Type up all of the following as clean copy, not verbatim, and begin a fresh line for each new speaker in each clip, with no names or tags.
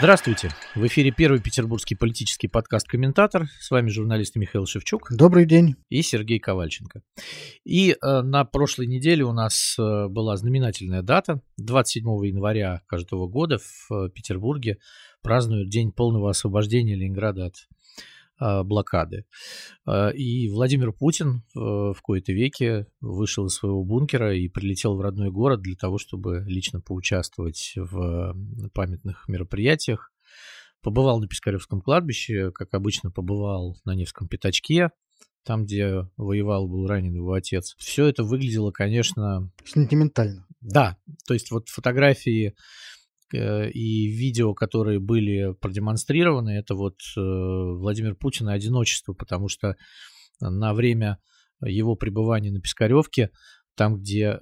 Здравствуйте! В эфире первый петербургский политический подкаст «Комментатор». С вами журналист Михаил Шевчук.
Добрый день.
И Сергей Ковальченко. И на прошлой неделе у нас была знаменательная дата. 27 января каждого года в Петербурге празднуют День полного освобождения Ленинграда от блокады. И Владимир Путин в кои-то веки вышел из своего бункера и прилетел в родной город для того, чтобы лично поучаствовать в памятных мероприятиях. Побывал на Пискаревском кладбище, как обычно, побывал на Невском пятачке, там, где воевал, был ранен его отец. Все это выглядело, конечно...
Сентиментально.
Да, то есть вот фотографии и видео, которые были продемонстрированы, это вот Владимир Путин и одиночество, потому что на время его пребывания на Пискаревке, там, где,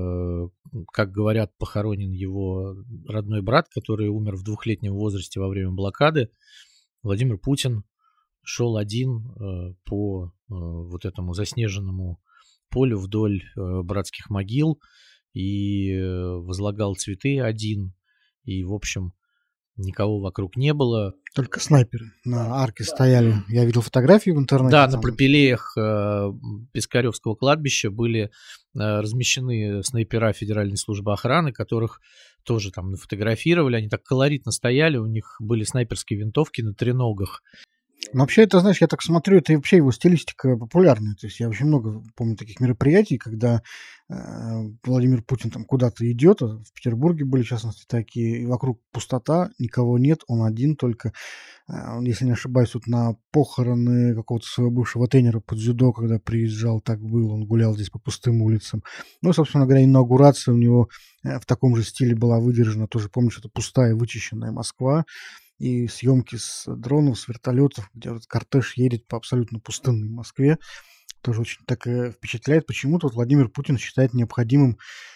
как говорят, похоронен его родной брат, который умер в 2-летнем возрасте во время блокады, Владимир Путин шел один по вот этому заснеженному полю вдоль братских могил и возлагал цветы один. И, в общем, никого вокруг не было.
Только снайперы на арке стояли. Я видел фотографии в интернете.
Да,
там.
На пропилеях Пискаревского кладбища были размещены снайпера Федеральной службы охраны, которых тоже там нафотографировали. Они так колоритно стояли, у них были снайперские винтовки на треногах.
Но вообще, это, знаешь, я так смотрю, это вообще его стилистика популярная. То есть я очень много помню таких мероприятий, когда Владимир Путин там куда-то идет, в Петербурге были, в частности, такие, и вокруг пустота, никого нет, он один только. Если не ошибаюсь, вот на похороны какого-то своего бывшего тренера по дзюдо, когда приезжал, так было, он гулял здесь по пустым улицам. Ну, собственно говоря, инаугурация у него в таком же стиле была выдержана. Тоже помнишь, это пустая, вычищенная Москва. И съемки с дронов, с вертолетов, где вот кортеж едет по абсолютно пустынной Москве, тоже очень так впечатляет. Почему-то вот Владимир Путин считает необходимым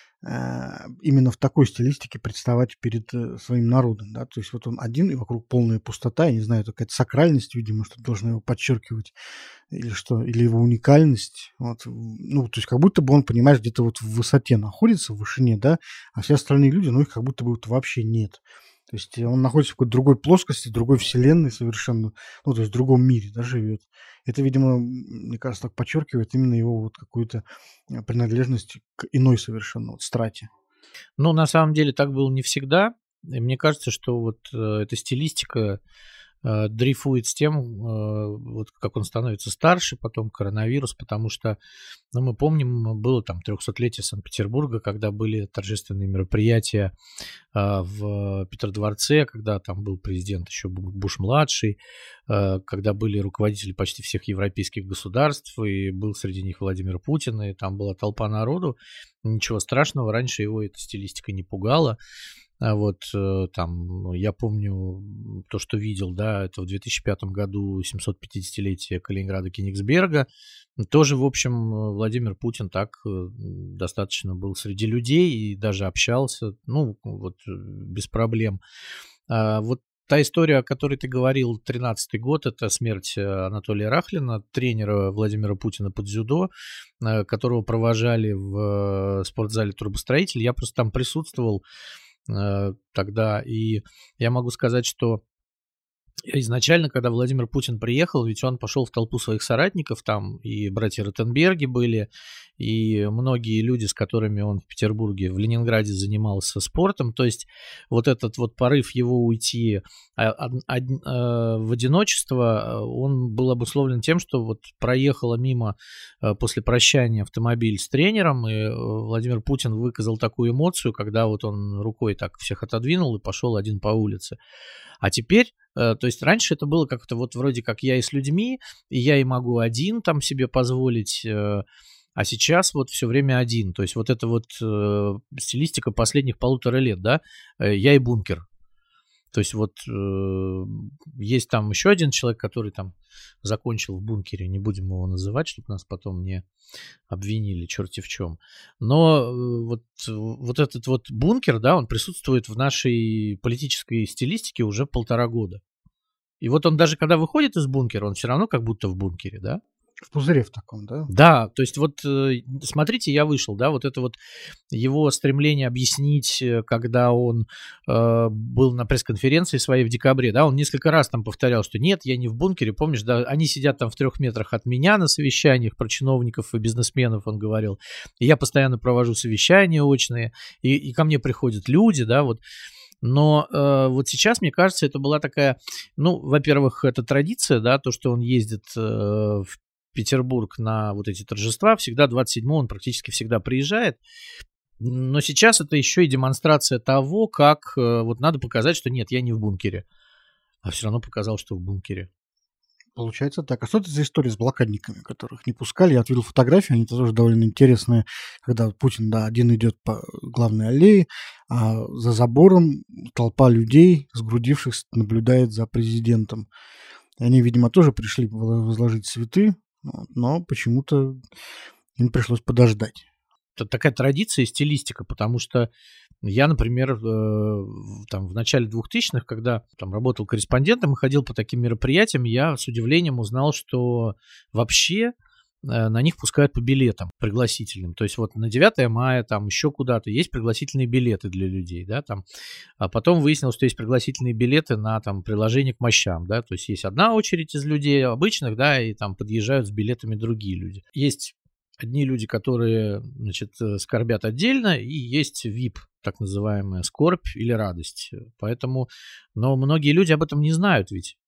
именно в такой стилистике представать перед своим народом. Да? То есть вот он один, и вокруг полная пустота. Я не знаю, это какая-то сакральность, видимо, что должно его подчеркивать, или что, или его уникальность. Вот. Ну, то есть как будто бы он, понимаешь, где-то вот в высоте находится, в вышине, да, а все остальные люди, ну, их как будто бы вот вообще нет. То есть он находится в какой-то другой плоскости, другой вселенной совершенно, ну, то есть в другом мире, да, живет. Это, видимо, мне кажется, так подчеркивает именно его вот какую-то принадлежность к иной совершенно вот страте.
Ну, на самом деле так было не всегда. И мне кажется, что вот эта стилистика дрейфует с тем, вот как он становится старше, потом коронавирус, потому что, ну, мы помним, было там 300-летие Санкт-Петербурга, когда были торжественные мероприятия в Петродворце, когда там был президент еще Буш-младший, когда были руководители почти всех европейских государств, и был среди них Владимир Путин, и там была толпа народу. Ничего страшного, раньше его эта стилистика не пугала. А вот там, я помню то, что видел, да, это в 2005 году 750-летие Калининграда-Кенигсберга. Тоже, в общем, Владимир Путин так достаточно был среди людей и даже общался, ну, вот без проблем. Вот та история, о которой ты говорил, 13-й год, это смерть Анатолия Рахлина, тренера Владимира Путина по дзюдо, которого провожали в спортзале «Трубостроитель». Я просто там присутствовал тогда, и я могу сказать, что изначально, когда Владимир Путин приехал, ведь он пошел в толпу своих соратников, там и братья Ротенберги были, и многие люди, с которыми он в Петербурге, в Ленинграде занимался спортом, то есть вот этот вот порыв его уйти в одиночество, он был обусловлен тем, что вот проехала мимо после прощания автомобиль с тренером, и Владимир Путин выказал такую эмоцию, когда вот он рукой так всех отодвинул и пошел один по улице. А теперь, то есть раньше это было как-то вот вроде как я и с людьми, и я и могу один там себе позволить, а сейчас вот все время один. То есть вот это вот стилистика последних 1,5 лет, да, я и бункер. То есть вот есть там еще один человек, который там закончил в бункере, не будем его называть, чтобы нас потом не обвинили черти в чем. Но вот этот вот бункер, да, он присутствует в нашей политической стилистике уже 1,5 года. И вот он даже когда выходит из бункера, он все равно как будто в бункере, да?
В пузыре в таком, да?
Да, то есть вот смотрите, я вышел, да, вот это вот его стремление объяснить, когда он был на пресс-конференции своей в декабре, да, он несколько раз там повторял, что нет, я не в бункере, помнишь, да, они сидят там в 3 метрах от меня на совещаниях, про чиновников и бизнесменов он говорил, и я постоянно провожу совещания очные, и ко мне приходят люди, да, вот. Но вот сейчас, мне кажется, это была такая, ну, во-первых, это традиция, да, то, что он ездит в Петербург на вот эти торжества, всегда 27-го он практически всегда приезжает, но сейчас это еще и демонстрация того, как вот надо показать, что нет, я не в бункере, а все равно показал, что в бункере.
Получается так. А что это за история с блокадниками, которых не пускали? Я отвидел фотографии, они тоже довольно интересные, когда Путин, да, один идет по главной аллее, а за забором толпа людей, сгрудившихся, наблюдает за президентом. И они, видимо, тоже пришли возложить цветы, но почему-то им пришлось подождать.
Это такая традиция и стилистика, потому что я, например, там в начале 2000-х, когда там работал корреспондентом и ходил по таким мероприятиям, я с удивлением узнал, что вообще на них пускают по билетам пригласительным. То есть вот на 9 мая, там еще куда-то есть пригласительные билеты для людей, да, там. А потом выяснилось, что есть пригласительные билеты на там приложение к мощам, да, то есть есть одна очередь из людей обычных, да, и там подъезжают с билетами другие люди. Есть одни люди, которые, значит, скорбят отдельно, и есть VIP, так называемая скорбь или радость. Поэтому, но многие люди об этом не знают ведь.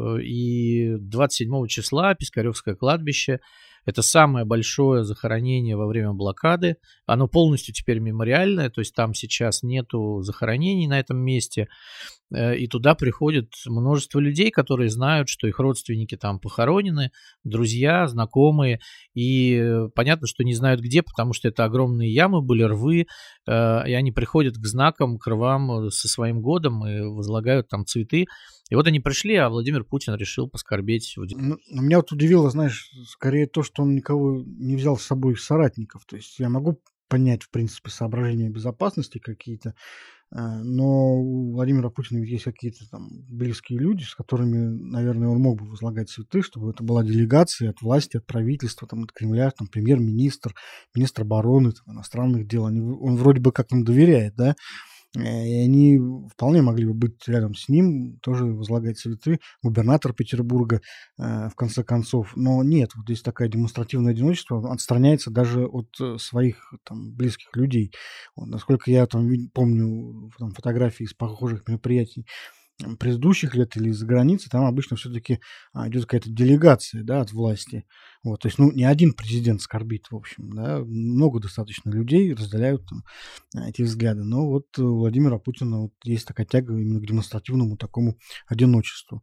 И 27 числа Пискаревское кладбище – это самое большое захоронение во время блокады. Оно полностью теперь мемориальное, то есть там сейчас нету захоронений на этом месте. И туда приходит множество людей, которые знают, что их родственники там похоронены, друзья, знакомые. И понятно, что не знают где, потому что это огромные ямы были, рвы. И они приходят к знакам, к рвам со своим годом и возлагают там цветы. И вот они пришли, а Владимир Путин решил поскорбеть.
Меня вот удивило, знаешь, скорее то, что он никого не взял с собой из соратников. То есть я могу понять, в принципе, соображения безопасности какие-то, но у Владимира Путина ведь есть какие-то там близкие люди, с которыми, наверное, он мог бы возлагать цветы, чтобы это была делегация от власти, от правительства, там, от Кремля, там, премьер-министр, министр обороны, там, иностранных дел. Он вроде бы как им доверяет, да, и они вполне могли бы быть рядом с ним, тоже возлагать цветы. Губернатор Петербурга, в конце концов. Но нет, вот здесь такое демонстративное одиночество, он отстраняется даже от своих там близких людей. Вот, насколько я там помню там, фотографии из похожих мероприятий предыдущих лет или из-за границы, там обычно все-таки идет какая-то делегация, да, от власти. Вот, то есть, ну, не один президент скорбит, в общем, да, много достаточно людей разделяют там, эти взгляды. Но вот у Владимира Путина вот есть такая тяга именно к демонстративному такому одиночеству.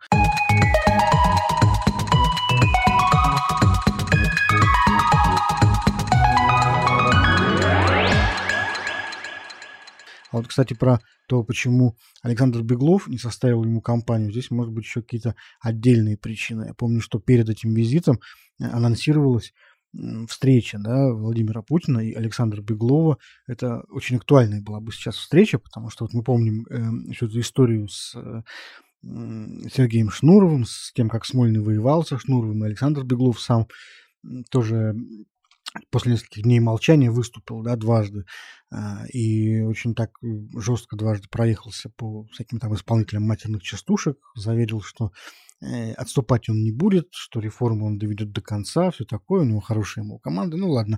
А вот, кстати, про то, почему Александр Беглов не составил ему компанию, здесь, может быть, еще какие-то отдельные причины. Я помню, что перед этим визитом анонсировалась встреча, да, Владимира Путина и Александра Беглова. Это очень актуальная была бы сейчас встреча, потому что вот мы помним всю эту историю с Сергеем Шнуровым, с тем, как Смольный воевал со Шнуровым, и Александр Беглов сам тоже после нескольких дней молчания выступил, да, дважды, и очень так жестко дважды проехался по всяким там исполнителям матерных частушек, заверил, что отступать он не будет, что реформу он доведет до конца, все такое, у него хорошая ему команда, ну ладно.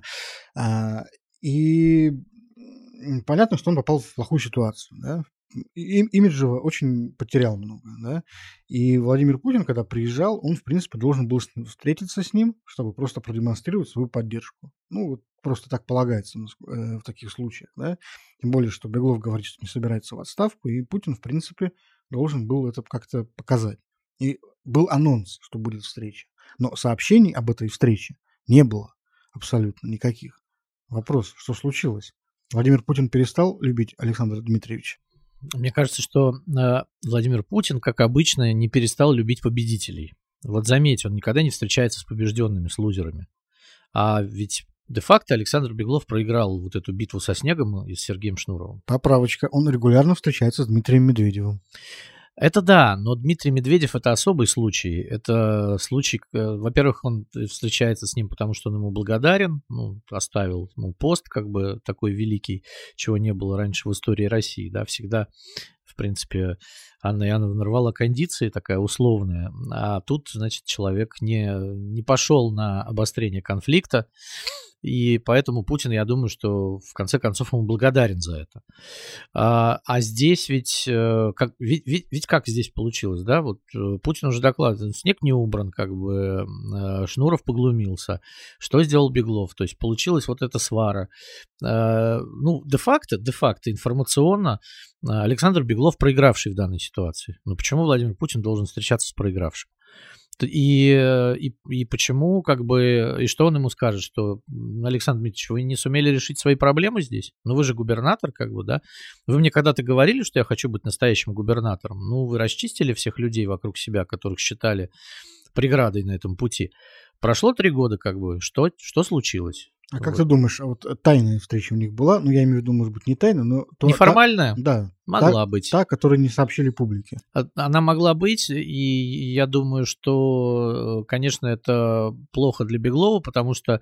И понятно, что он попал в плохую ситуацию, да, имиджево очень потерял много, да, и Владимир Путин, когда приезжал, он, в принципе, должен был встретиться с ним, чтобы просто продемонстрировать свою поддержку. Ну, вот просто так полагается в таких случаях, да, тем более, что Беглов говорит, что не собирается в отставку, и Путин, в принципе, должен был это как-то показать. И был анонс, что будет встреча, но сообщений об этой встрече не было абсолютно никаких. Вопрос, что случилось? Владимир Путин перестал любить Александра Дмитриевича?
Мне кажется, что Владимир Путин, как обычно, не перестал любить победителей. Вот заметь, он никогда не встречается с побежденными, с лузерами. А ведь де-факто Александр Беглов проиграл вот эту битву со снегом и с Сергеем Шнуровым.
Поправочка, он регулярно встречается с Дмитрием Медведевым.
Это да, но Дмитрий Медведев это особый случай. Это случай, во-первых, он встречается с ним, потому что он ему благодарен, ну, оставил ему пост, как бы такой великий, чего не было раньше в истории России, да, всегда, в принципе, Анна Иоанновна рвала кондиции, такая условная, а тут, значит, человек не пошел на обострение конфликта, и поэтому Путин, я думаю, что в конце концов ему благодарен за это. А здесь ведь как здесь получилось, да? Вот Путин уже докладывает, снег не убран, как бы Шнуров поглумился. Что сделал Беглов? То есть получилась вот эта свара. Ну, де-факто, информационно Александр Беглов проигравший в данной ситуации. Но почему Владимир Путин должен встречаться с проигравшим? И почему, как бы, и что он ему скажет, что, Александр Дмитриевич, вы не сумели решить свои проблемы здесь? Ну, вы же губернатор, как бы, да? Вы мне когда-то говорили, что я хочу быть настоящим губернатором. Ну, вы расчистили всех людей вокруг себя, которых считали преградой на этом пути. Прошло 3 года, как бы, что случилось?
А как ты думаешь, а вот тайная встреча у них была? Ну, я имею в виду, может быть, не тайна, но...
Неформальная?
Да.
Могла быть.
Та, которую не сообщили публике.
Она могла быть, и я думаю, что, конечно, это плохо для Беглова, потому что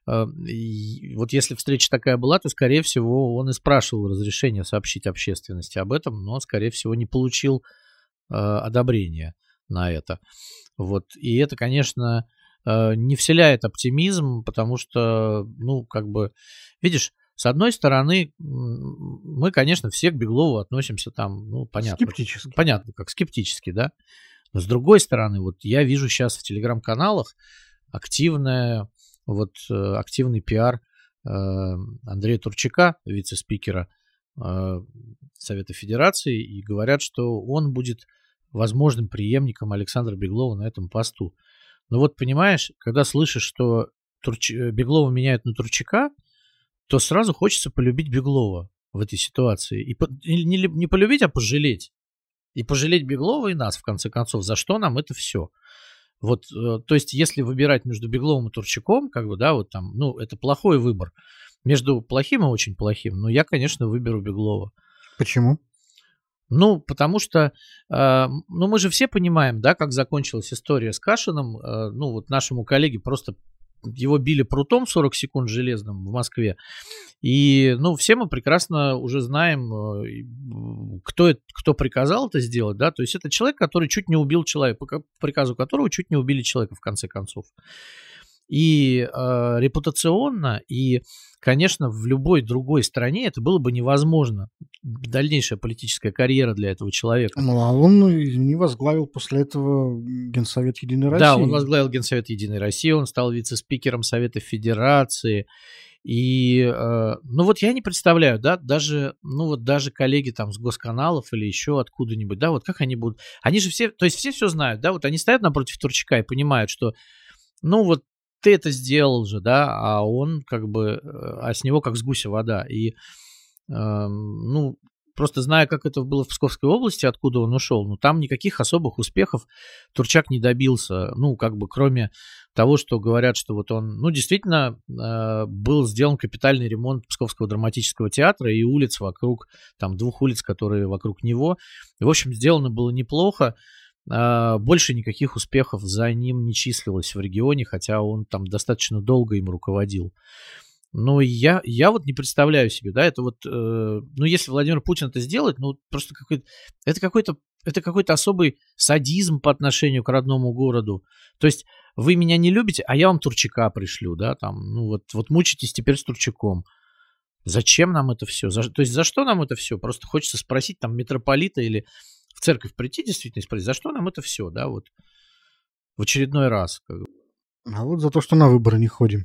вот если встреча такая была, то, скорее всего, он и спрашивал разрешения сообщить общественности об этом, но, скорее всего, не получил одобрения на это. Вот. И это, конечно, не вселяет оптимизм, потому что, ну, как бы, видишь, с одной стороны, мы, конечно, все к Беглову относимся там, ну, понятно.
Скептически.
Понятно, как скептически, да. Но с другой стороны, вот я вижу сейчас в телеграм-каналах активный пиар Андрея Турчака, вице-спикера Совета Федерации, и говорят, что он будет возможным преемником Александра Беглова на этом посту. Но вот понимаешь, когда слышишь, что Беглова меняют на Турчака, то сразу хочется полюбить Беглова в этой ситуации. И не полюбить, а пожалеть. И пожалеть Беглова и нас, в конце концов, за что нам это все. Вот, то есть, если выбирать между Бегловым и Турчаком, как бы, да, вот там, ну, это плохой выбор. Между плохим и очень плохим, но я, конечно, выберу Беглова.
Почему?
Ну, потому что, ну, мы же все понимаем, да, как закончилась история с Кашиным. Ну, вот нашему коллеге просто его били прутом 40 секунд железным в Москве. И, ну, все мы прекрасно уже знаем, кто приказал это сделать, да. То есть это человек, который чуть не убил человека, по приказу которого чуть не убили человека, в конце концов. И репутационно, и, конечно, в любой другой стране это было бы невозможно. Дальнейшая политическая карьера для этого человека.
Ну, а он, извини, возглавил после этого Генсовет Единой России.
Да, он возглавил Генсовет Единой России, он стал вице-спикером Совета Федерации. И, ну вот я не представляю, да, даже коллеги там с госканалов или еще откуда-нибудь, да, вот как они будут. Они же все, то есть все знают, да, вот они стоят напротив Турчака и понимают, что, ну вот, ты это сделал же, да, а он как бы, а с него как с гуся вода. И, ну, просто зная, как это было в Псковской области, откуда он ушел, ну, там никаких особых успехов Турчак не добился, ну, как бы, кроме того, что говорят, что вот он, ну, действительно, был сделан капитальный ремонт Псковского драматического театра и улиц вокруг, там, 2 улиц, которые вокруг него. В общем, сделано было неплохо. Больше никаких успехов за ним не числилось в регионе, хотя он там достаточно долго им руководил. Но я вот не представляю себе, да, это вот, ну, если Владимир Путин это сделает, ну, просто это какой-то особый садизм по отношению к родному городу. То есть вы меня не любите, а я вам Турчака пришлю, да, там, ну, вот мучитесь теперь с Турчаком. Зачем нам это все? То есть за что нам это все? Просто хочется спросить там митрополита или в церковь прийти, действительно спросить, за что нам это все, да, вот в очередной раз.
А вот за то, что на выборы не ходим.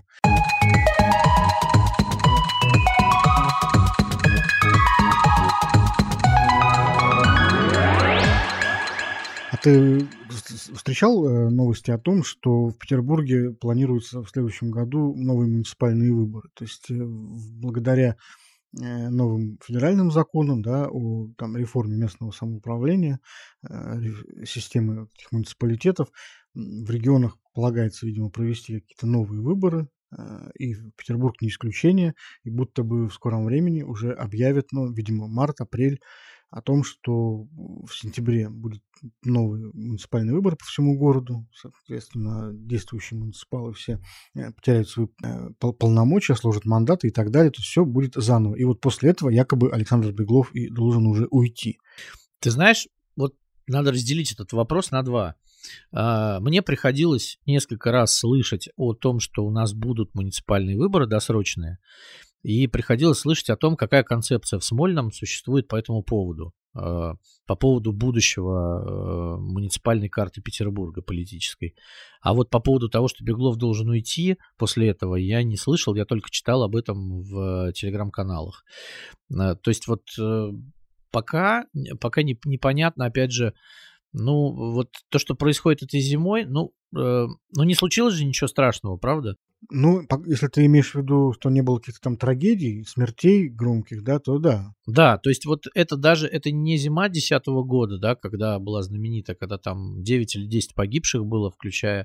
А ты встречал новости о том, что в Петербурге планируются в следующем году новые муниципальные выборы? То есть благодаря новым федеральным законам, да, о там, реформе местного самоуправления, системы этих муниципалитетов, в регионах полагается, видимо, провести какие-то новые выборы, и Петербург не исключение, и будто бы в скором времени уже объявят, ну, видимо, март, апрель, о том, что в сентябре будет новый муниципальный выбор по всему городу. Соответственно, действующие муниципалы все потеряют свои полномочия, сложат мандаты и так далее. То есть все будет заново. И вот после этого якобы Александр Беглов и должен уже уйти.
Ты знаешь, вот надо разделить этот вопрос на два. Мне приходилось несколько раз слышать о том, что у нас будут муниципальные выборы досрочные, и приходилось слышать о том, какая концепция в Смольном существует по этому поводу, по поводу будущего муниципальной карты Петербурга политической. А вот по поводу того, что Беглов должен уйти после этого, я не слышал, я только читал об этом в телеграм-каналах. То есть вот пока непонятно, опять же, ну, вот то, что происходит этой зимой, ну, не случилось же ничего страшного, правда?
Ну, если ты имеешь в виду, что не было каких-то там трагедий, смертей громких, да, то да.
Да, то есть вот это не зима 2010 года, да, когда была знаменита, когда там 9 или 10 погибших было, включая,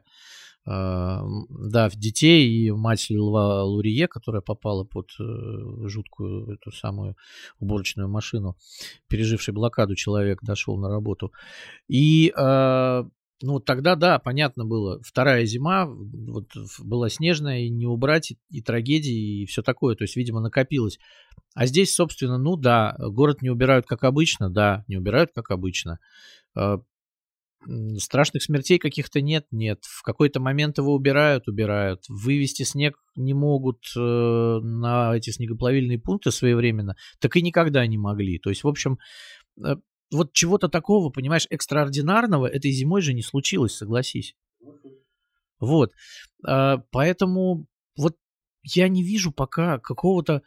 да, детей и мать Льва Лурье, которая попала под жуткую эту самую уборочную машину, переживший блокаду человек дошел на работу. И ну, тогда, да, понятно было. Вторая зима вот, была снежная, и не убрать, и трагедии, и все такое. То есть, видимо, накопилось. А здесь, собственно, ну да, город не убирают, как обычно. Да, не убирают, как обычно. Страшных смертей каких-то нет. В какой-то момент его убирают. Вывести снег не могут на эти снегоплавильные пункты своевременно. Так и никогда не могли. То есть, в общем... Вот чего-то такого, понимаешь, экстраординарного этой зимой же не случилось, согласись. Вот. Поэтому вот я не вижу пока какого-то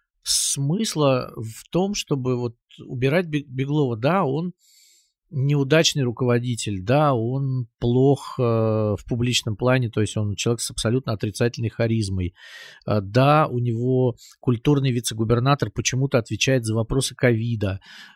смысла в том, чтобы вот убирать Беглова. Да, он неудачный руководитель, да, он плох в публичном плане, то есть он человек с абсолютно отрицательной харизмой. Да, у него культурный вице-губернатор почему-то отвечает за вопросы ковида.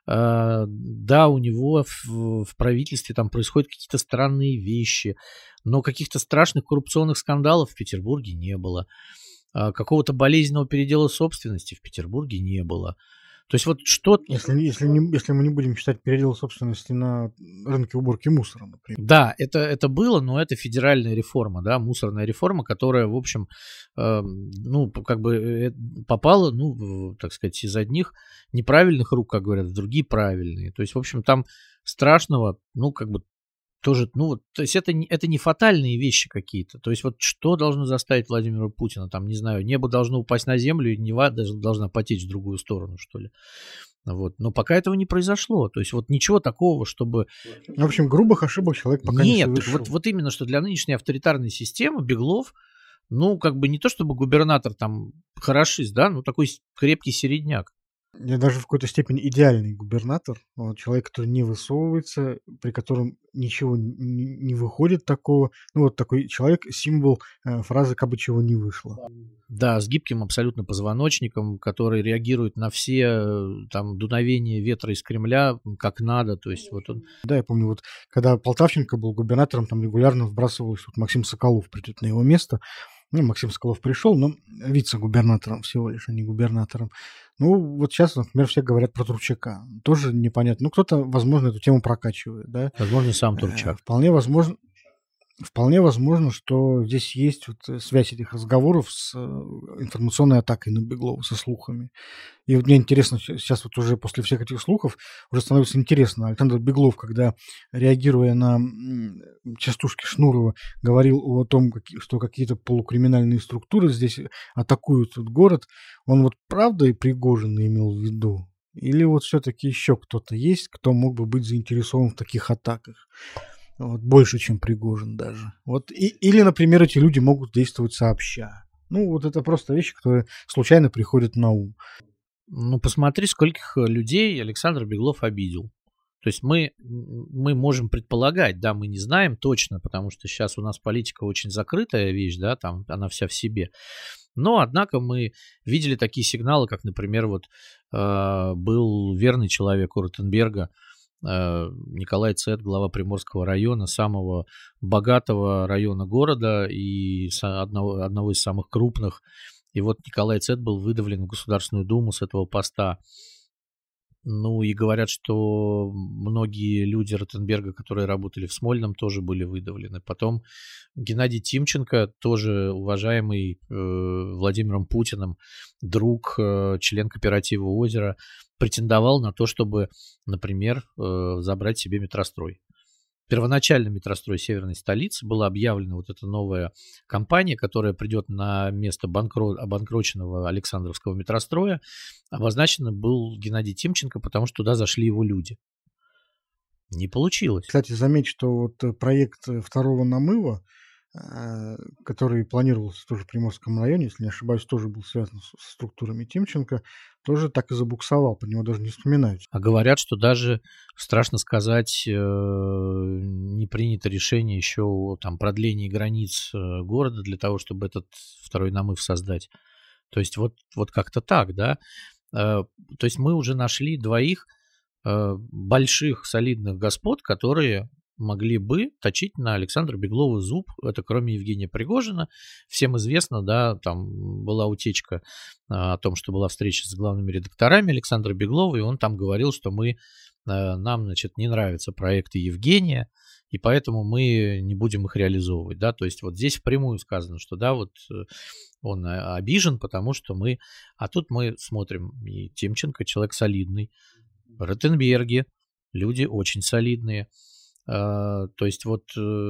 Да, у него в правительстве там происходят какие-то странные вещи, но каких-то страшных коррупционных скандалов в Петербурге не было. Какого-то болезненного передела собственности в Петербурге не было. То есть вот что...
Если мы не будем считать передел собственности на рынке уборки мусора, например.
Да, это было, но это федеральная реформа, да, мусорная реформа, которая, в общем, ну, как бы попала, ну, так сказать, из одних неправильных рук, как говорят, в другие правильные. То есть, в общем, там страшного, ну, как бы тоже, ну, вот, то есть это не фатальные вещи какие-то. То есть вот что должно заставить Владимира Путина, там, не знаю, небо должно упасть на землю, и Нева даже должна потечь в другую сторону, что ли. Вот. Но пока этого не произошло. То есть вот ничего такого, чтобы...
В общем, грубых ошибок человек пока не совершил.
Нет, вот именно, что для нынешней авторитарной системы Беглов, ну, как бы не то чтобы губернатор там хорошист, да, ну, такой крепкий середняк.
Я даже в какой-то степени идеальный губернатор, человек, который не высовывается, при котором ничего не выходит такого. Ну, вот такой человек, символ фразы «кабы чего не вышло».
Да, с гибким абсолютно позвоночником, который реагирует на все там дуновения ветра из Кремля как надо. То есть вот он...
Да, я помню, вот когда Полтавченко был губернатором, там регулярно вбрасывалось, вот Максим Соколов придет на его место. Ну, Максим Соколов пришел, но вице-губернатором всего лишь, а не губернатором. Ну, вот сейчас, например, все говорят про Турчака. Тоже непонятно. Ну, кто-то, возможно, эту тему прокачивает, да.
Возможно, сам Турчак.
Вполне возможно, что здесь есть вот связь этих разговоров с информационной атакой на Беглова, со слухами. И вот мне интересно, сейчас вот уже после всех этих слухов уже становится интересно. Александр Беглов, когда, реагируя на частушки Шнурова, говорил о том, что какие-то полукриминальные структуры здесь атакуют этот город, он вот правда и Пригожина имел в виду? Или вот все-таки еще кто-то есть, кто мог бы быть заинтересован в таких атаках? Вот, больше, чем Пригожин даже. Вот, или, например, эти люди могут действовать сообща. Ну, вот это просто вещи, которые случайно приходят на ум.
Ну, посмотри, скольких людей Александр Беглов обидел. То есть мы можем предполагать, да, мы не знаем точно, потому что сейчас у нас политика очень закрытая вещь, да, там она вся в себе. Но, однако, мы видели такие сигналы, как, например, вот был верный человек у Ротенберга, Николай Цет, глава Приморского района, самого богатого района города и одного из самых крупных. И вот Николай Цет был выдавлен в Государственную Думу с этого поста. Ну и говорят, что многие люди Ротенберга, которые работали в Смольном, тоже были выдавлены. Потом Геннадий Тимченко, тоже уважаемый Владимиром Путиным, друг, член кооператива «Озеро», претендовал на то, чтобы, например, забрать себе метрострой. Первоначально метрострой северной столицы была объявлена вот эта новая компания, которая придет на место обанкроченного Александровского метростроя. Обозначен был Геннадий Тимченко, потому что туда зашли его люди. Не получилось.
Кстати, заметь, что вот проект второго намыва, который планировался тоже в Приморском районе, если не ошибаюсь, тоже был связан со структурами Тимченко, тоже так и забуксовал, по него даже не вспоминают.
А говорят, что даже, страшно сказать, не принято решение еще о там, продлении границ города для того, чтобы этот второй намыв создать. То есть вот как-то так, да. То есть мы уже нашли двоих больших солидных господ, которые могли бы точить на Александра Беглова зуб. Это кроме Евгения Пригожина. Всем известно, да, там была утечка о том, что была встреча с главными редакторами Александра Беглова, и он там говорил, что нам, значит, не нравятся проекты Евгения, и поэтому мы не будем их реализовывать, да, то есть вот здесь впрямую сказано, что, да, вот он обижен, потому что а тут мы смотрим, и Тимченко человек солидный, Ротенберги, люди очень солидные. То есть вот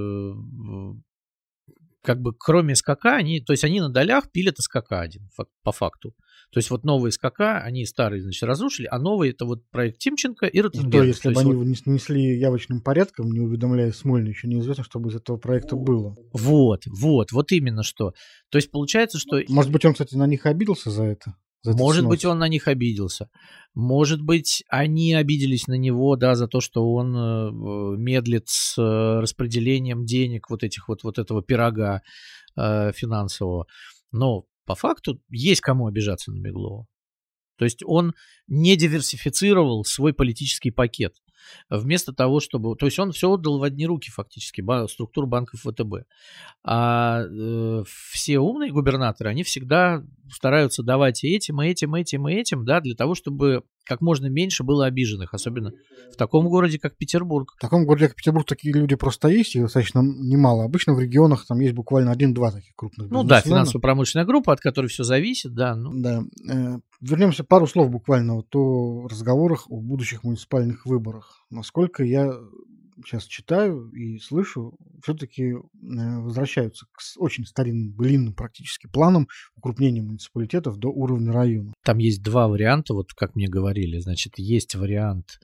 как бы кроме СКК, они на долях пилят СКК-1 по факту. То есть вот новые СКК, они старые, значит, разрушили, а новые это вот проект Тимченко и Ротенберг.
То если бы они его несли явочным порядком, не уведомляя Смольный, еще неизвестно, что бы из этого проекта было.
Вот именно что. То есть получается, что...
Может быть, он, кстати, на них обиделся за это?
Может быть, он на них обиделся. Может быть, они обиделись на него, да, за то, что он медлит с распределением денег вот этого пирога финансового. Но по факту есть кому обижаться на Беглова. То есть он не диверсифицировал свой политический пакет. Вместо того, чтобы... То есть он все отдал в одни руки фактически, структуру банков ВТБ. А все умные губернаторы, они всегда стараются давать и этим, да, для того, чтобы как можно меньше было обиженных, особенно в таком городе, как Петербург.
В таком городе, как Петербург, такие люди просто есть, и достаточно немало. Обычно в регионах там есть буквально 1-2 таких крупных бизнесмена.
Ну да, финансово-промышленная группа, от которой все зависит, да.
Да. Вернемся пару слов буквально вот о разговорах о будущих муниципальных выборах. Насколько я сейчас читаю и слышу, все-таки возвращаются к очень старинным, былинным практически планам укрупнения муниципалитетов до уровня района.
Там есть два варианта, вот как мне говорили. Значит, есть вариант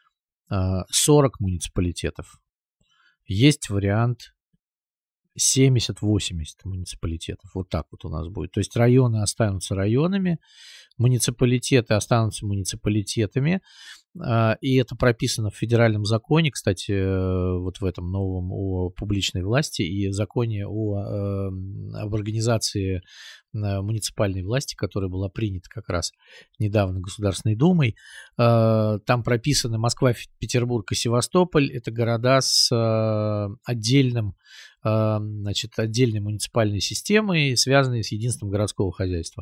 40 муниципалитетов, есть вариант 70-80 муниципалитетов. Вот так вот у нас будет. То есть районы останутся районами, муниципалитеты останутся муниципалитетами. И это прописано в федеральном законе, кстати, вот в этом новом о публичной власти и законе об организации муниципальной власти, которая была принята как раз недавно Государственной Думой. Там прописаны Москва, Петербург и Севастополь. Это города с отдельной муниципальной системой, связанные с единством городского хозяйства.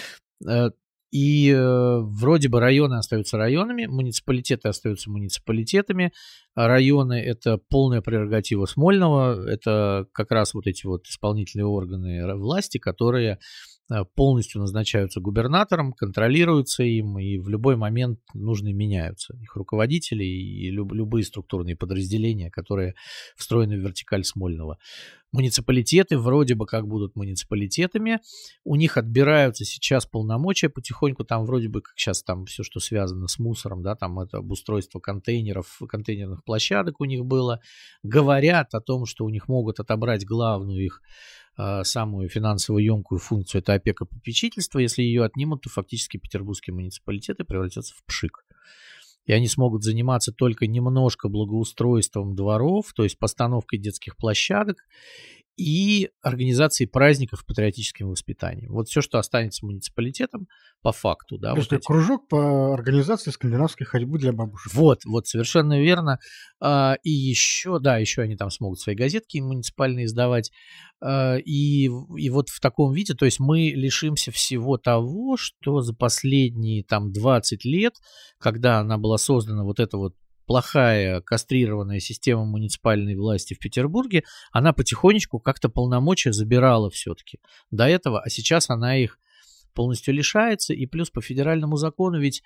И вроде бы районы остаются районами, муниципалитеты остаются муниципалитетами. Районы – это полная прерогатива Смольного, это как раз вот эти вот исполнительные органы власти, которые полностью назначаются губернатором, контролируются им, и в любой момент нужны меняются. Их руководители и любые структурные подразделения, которые встроены в вертикаль Смольного. Муниципалитеты вроде бы как будут муниципалитетами, у них отбираются сейчас полномочия потихоньку, там вроде бы как сейчас там все, что связано с мусором, да, там это обустройство контейнеров, контейнерных площадок у них было. Говорят о том, что у них могут отобрать главную их самую финансово емкую функцию, это опека-попечительство. Если ее отнимут, то фактически петербургские муниципалитеты превратятся в пшик. И они смогут заниматься только немножко благоустройством дворов, то есть постановкой детских площадок и организации праздников патриотическим воспитанием. Вот все, что останется муниципалитетом по факту, да,
То есть
вот эти.
кружок по организации скандинавской ходьбы для бабушек.
Вот, совершенно верно. И еще, да, еще они там смогут свои газетки муниципальные издавать. И вот в таком виде, то есть мы лишимся всего того, что за последние там 20 лет, когда она была создана, вот эта вот плохая кастрированная система муниципальной власти в Петербурге, она потихонечку как-то полномочия забирала все-таки до этого, а сейчас она их полностью лишается, и плюс по федеральному закону ведь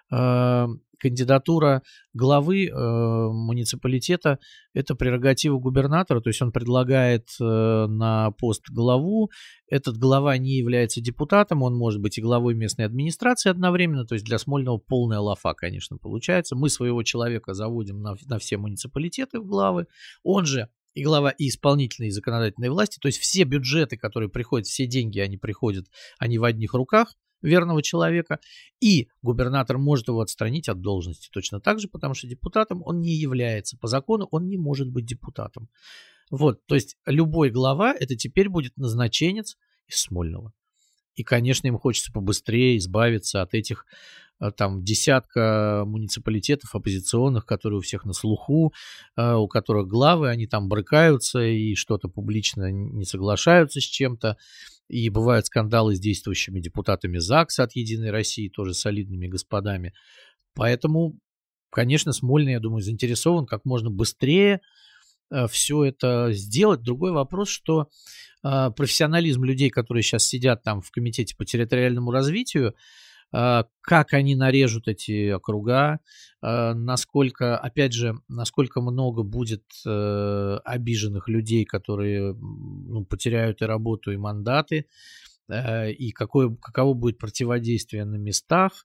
кандидатура главы муниципалитета – это прерогатива губернатора, то есть он предлагает на пост главу, этот глава не является депутатом, он может быть и главой местной администрации одновременно, то есть для Смольного полная лафа, конечно, получается. Мы своего человека заводим на все муниципалитеты в главы, он же и глава и исполнительной, и законодательной власти, то есть все бюджеты, которые приходят, все деньги, они приходят, они в одних руках верного человека, и губернатор может его отстранить от должности точно так же, потому что депутатом он не является. По закону он не может быть депутатом. Вот, то есть любой глава это теперь будет назначенец из Смольного. И, конечно, им хочется побыстрее избавиться от этих там десятка муниципалитетов оппозиционных, которые у всех на слуху, у которых главы, они там брыкаются и что-то публично не соглашаются с чем-то. И бывают скандалы с действующими депутатами ЗАГСа от «Единой России», тоже солидными господами. Поэтому, конечно, Смольный, я думаю, заинтересован как можно быстрее все это сделать. Другой вопрос, что профессионализм людей, которые сейчас сидят там в комитете по территориальному развитию, как они нарежут эти округа, насколько, опять же, насколько много будет обиженных людей, которые потеряют и работу, и мандаты, и каково будет противодействие на местах,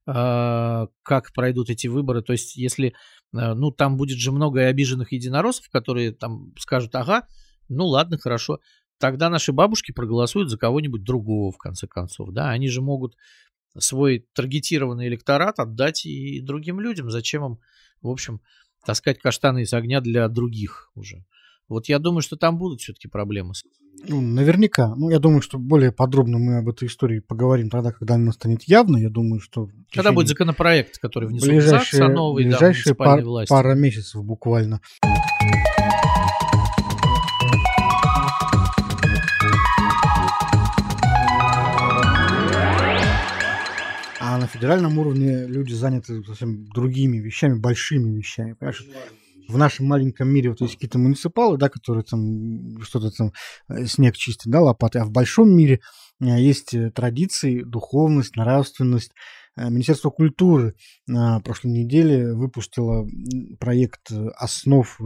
как пройдут эти выборы. То есть, если, там будет же много и обиженных единороссов, которые там скажут, ага, ну ладно, хорошо, тогда наши бабушки проголосуют за кого-нибудь другого, в конце концов, да, они же могут свой таргетированный электорат отдать и другим людям. Зачем им, в общем, таскать каштаны из огня для других уже? Вот я думаю, что там будут все-таки проблемы.
Наверняка. Я думаю, что более подробно мы об этой истории поговорим тогда, когда она станет явной. Я думаю, что...
Когда будет законопроект, который внесут в ЗАГС о новой муниципальной власти.
Пара месяцев буквально. А на федеральном уровне люди заняты совсем другими вещами, большими вещами. Понимаешь? В нашем маленьком мире вот есть какие-то муниципалы, да, которые там что-то там снег чистят, да, лопатой. А в большом мире есть традиции, духовность, нравственность. Министерство культуры на прошлой неделе выпустило проект основ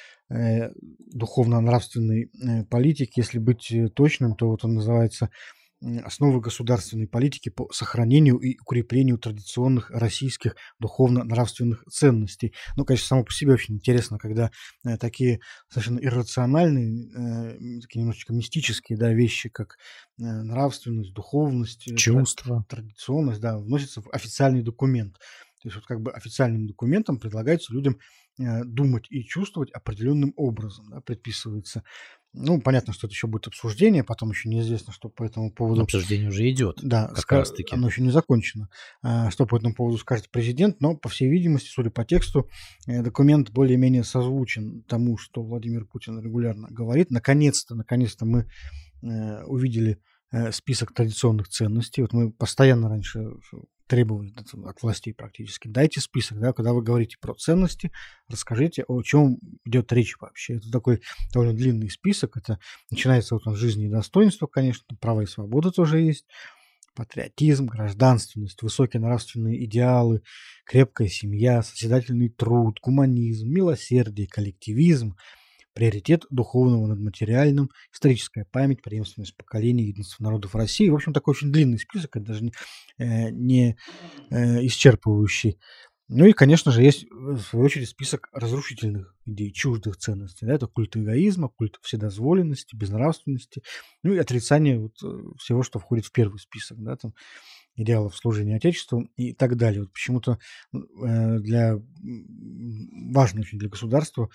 духовно-нравственной политики. Если быть точным, то вот он называется «Основы государственной политики по сохранению и укреплению традиционных российских духовно-нравственных ценностей». Конечно, само по себе очень интересно, когда такие совершенно иррациональные, такие немножечко мистические, да, вещи, как нравственность, духовность,
чувства,
традиционность, да, вносятся в официальный документ. То есть вот как бы официальным документом предлагается людям думать и чувствовать определенным образом, да, предписывается. Понятно, что это еще будет обсуждение, потом еще неизвестно, что по этому поводу...
Обсуждение уже идет,
да,
как раз-таки.
Оно еще не закончено. Что по этому поводу скажет президент, но, по всей видимости, судя по тексту, документ более-менее созвучен тому, что Владимир Путин регулярно говорит. Наконец-то мы увидели список традиционных ценностей. Вот мы постоянно раньше требовали от властей практически. Дайте список, да, когда вы говорите про ценности, расскажите, о чем идет речь вообще. Это такой довольно длинный список. Это начинается от жизни и достоинства, конечно, права и свободы тоже есть, патриотизм, гражданственность, высокие нравственные идеалы, крепкая семья, созидательный труд, гуманизм, милосердие, коллективизм, приоритет духовного над материальным, историческая память, преемственность поколений, единство народов России. В общем, такой очень длинный список, это даже не исчерпывающий. И, конечно же, есть, в свою очередь, список разрушительных идей, чуждых ценностей. Да? Это культ эгоизма, культ вседозволенности, безнравственности, и отрицание всего, что входит в первый список, да, там, идеалов служения Отечеству и так далее. Почему-то важно очень для государства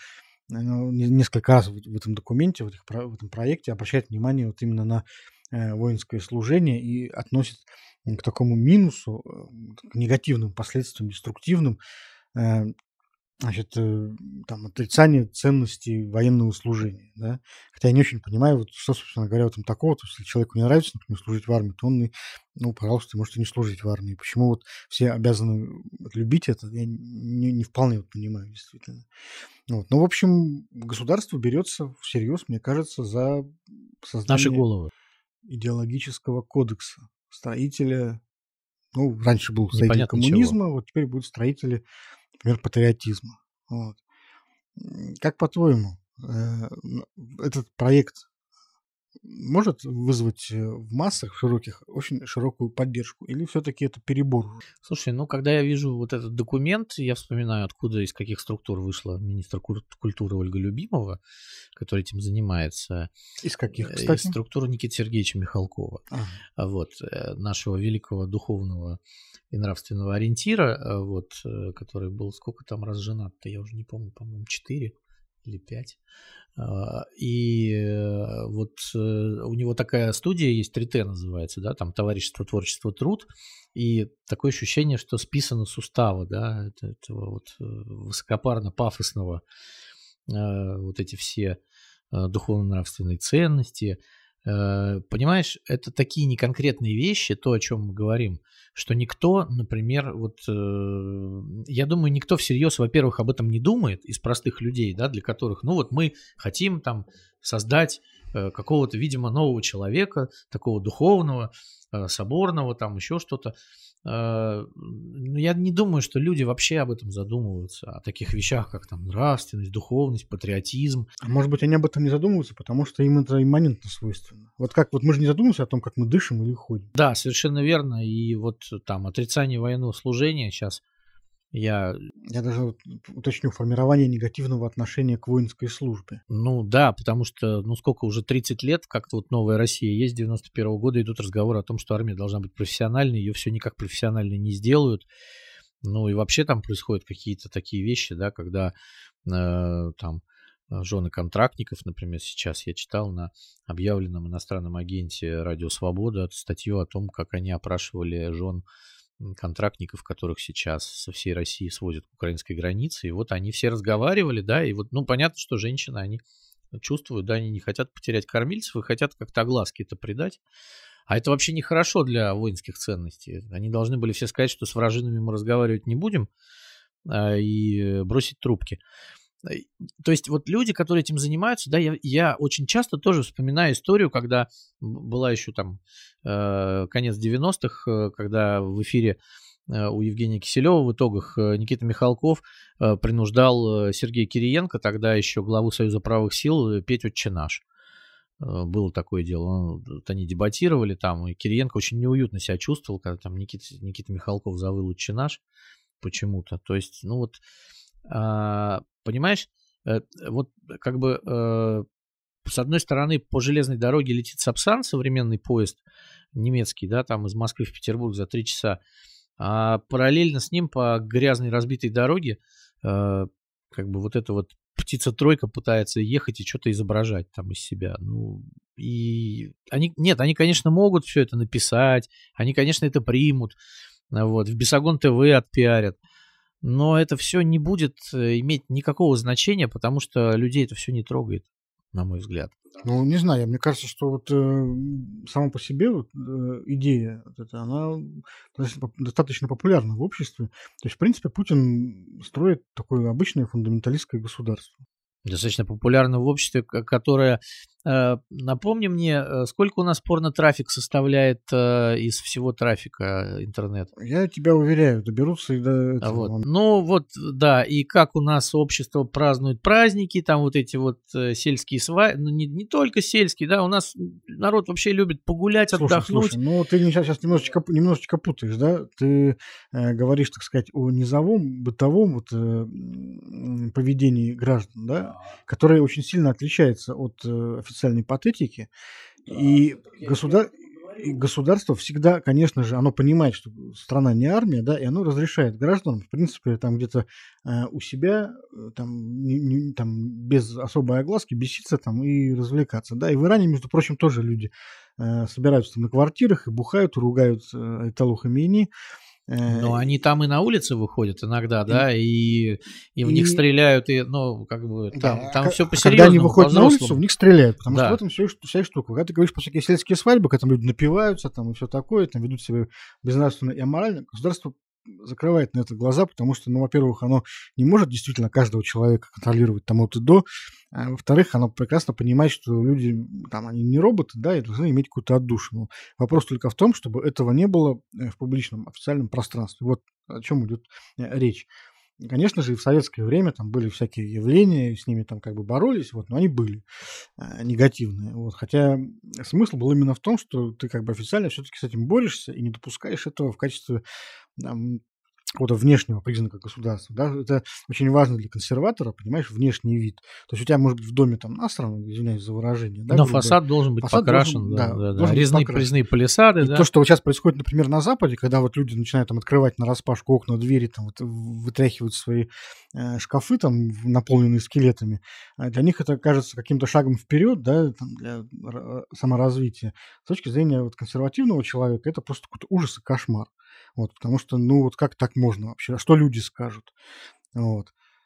оно несколько раз в этом документе, в этом проекте обращает внимание вот именно на воинское служение и относит к такому минусу, к негативным последствиям, деструктивным, э, значит, там, отрицание ценности военного служения, да. Хотя я не очень понимаю, вот, что, собственно говоря, в этом такого. То есть, если человеку не нравится, например, служить в армии, то он, ну, пожалуйста, можете не служить в армии. Почему вот все обязаны любить это, я не вполне вот понимаю, действительно. Вот. Ну, в общем, государство берется всерьез, мне кажется, за
Наши
создание
головы.
идеологического кодекса строителя. Ну, раньше был строитель
Непонятно чего.
коммунизма, вот теперь будут строители, например, патриотизма. Вот. Как по-твоему, этот проект может вызвать в массах широких очень широкую поддержку, или все-таки это перебор?
Слушай, ну, когда я вижу вот этот документ, я вспоминаю, откуда, из каких структур вышла министр культуры Ольга Любимова, который этим занимается.
Из каких,
Из
кстати?
структуры Никиты Сергеевича Михалкова. Вот, нашего великого духовного и нравственного ориентира, вот, который был, сколько там раз женат-то, я уже не помню, по-моему, 4 или 5. И вот у него такая студия есть, 3Т называется, да, там товарищество, творчество, труд, и такое ощущение, что списано с устава, да, этого вот высокопарно-пафосного, вот эти все духовно-нравственные ценности. Понимаешь, это такие неконкретные вещи, то, о чем мы говорим, что никто, например, вот я думаю, никто всерьез, во-первых, об этом не думает из простых людей, да, для которых, ну вот мы хотим там создать какого-то, видимо, нового человека, такого духовного, соборного, там еще что-то. Я не думаю, что люди вообще об этом задумываются, о таких вещах, как там нравственность, духовность, патриотизм.
А может быть, они об этом не задумываются, потому что им это имманентно свойственно. Вот как вот мы же не задумываемся о том, как мы дышим или ходим.
Да, совершенно верно. И вот там отрицание военного служения сейчас я
даже уточню, формирование негативного отношения к воинской службе.
Ну да, потому что, ну сколько уже, 30 лет, как-то вот «Новая Россия» есть, с 91-го года идут разговоры о том, что армия должна быть профессиональной, ее все никак профессионально не сделают. Ну и вообще там происходят какие-то такие вещи, да, когда там жены контрактников, например, сейчас я читал на объявленном иностранном агенте «Радио Свобода» статью о том, как они опрашивали жен контрактников, которых сейчас со всей России свозят к украинской границе. И вот они все разговаривали, да, и вот, ну, понятно, что женщины, они чувствуют, да, они не хотят потерять кормильцев и хотят как-то огласке это придать. А это вообще нехорошо для воинских ценностей. Они должны были все сказать, что с вражинами мы разговаривать не будем, и бросить трубки. То есть вот люди, которые этим занимаются, да, я очень часто тоже вспоминаю историю, когда была еще там конец 90-х, когда в эфире у Евгения Киселева в итогах Никита Михалков принуждал Сергея Кириенко, тогда еще главу Союза правых сил, петь «Отче наш». Было такое дело. Вот они дебатировали там, и Кириенко очень неуютно себя чувствовал, когда там Никита Михалков завыл «Отче наш» почему-то. То есть, ну вот, понимаешь, вот как бы с одной стороны по железной дороге летит Сапсан, современный поезд немецкий, да, там из Москвы в Петербург за 3 часа, а параллельно с ним по грязной разбитой дороге как бы вот эта вот птица-тройка пытается ехать и что-то изображать там из себя. Ну, и они, конечно, могут все это написать, они, конечно, это примут, вот, в Бесогон ТВ отпиарят, но это все не будет иметь никакого значения, потому что людей это все не трогает, на мой взгляд.
Ну, не знаю, мне кажется, что вот сама по себе вот, идея вот эта, она достаточно популярна в обществе. То есть, в принципе, Путин строит такое обычное фундаменталистское государство.
Достаточно популярно в обществе, которое, напомни мне, сколько у нас порно-трафик составляет из всего трафика интернета?
Я тебя уверяю, доберутся и до этого.
Вот. Ну вот, да, и как у нас общество празднует праздники, там вот эти вот сельские свадьбы, ну не только сельские, да, у нас народ вообще любит погулять, отдохнуть.
Слушай, ну ты сейчас немножечко путаешь, да? Ты говоришь, так сказать, о низовом, бытовом вот, поведении граждан, да, которое очень сильно отличается от официальной патетики. И И государство всегда, конечно же, оно понимает, что страна не армия, да, и оно разрешает гражданам, в принципе, там где-то у себя, там без особой огласки беситься там и развлекаться, да. И в Иране, между прочим, тоже люди собираются там на квартирах и бухают, ругают Айталу Хамейни.
Но они там и на улице выходят иногда, да, и в них стреляют, и, ну, как бы, там все по-серьезному,
когда они выходят на улицу, в них стреляют, потому
Да.
что в этом вся штука. Когда ты говоришь про всякие сельские свадьбы, когда там люди напиваются там, и все такое, там ведут себя безнравственно и аморально, государство закрывает на это глаза, потому что, ну, во-первых, оно не может действительно каждого человека контролировать там от и до, а во-вторых, оно прекрасно понимает, что люди, там, они не роботы, да, и должны иметь какую-то отдушину. Вопрос только в том, чтобы этого не было в публичном, официальном пространстве. Вот о чем идет речь. Конечно же, и в советское время там были всякие явления, с ними там как бы боролись, вот, но они были негативные. Вот, хотя смысл был именно в том, что ты как бы официально все-таки с этим борешься и не допускаешь этого в качестве там, какого-то внешнего признака государства. Да? Это очень важно для консерватора, понимаешь, внешний вид. То есть у тебя может быть в доме там насрано, извиняюсь за выражение. Да,
но
грубо.
фасад должен быть покрашен,
должен
резные полисады.
И то, что вот сейчас происходит, например, на Западе, когда вот люди начинают там открывать нараспашку окна, двери, там, вот, вытряхивать свои шкафы, там, наполненные скелетами, для них это кажется каким-то шагом вперед, да, там, для саморазвития. С точки зрения вот консервативного человека это просто какой-то ужас и кошмар. Вот, потому что, ну, вот как так можно вообще? Что люди скажут? Вот.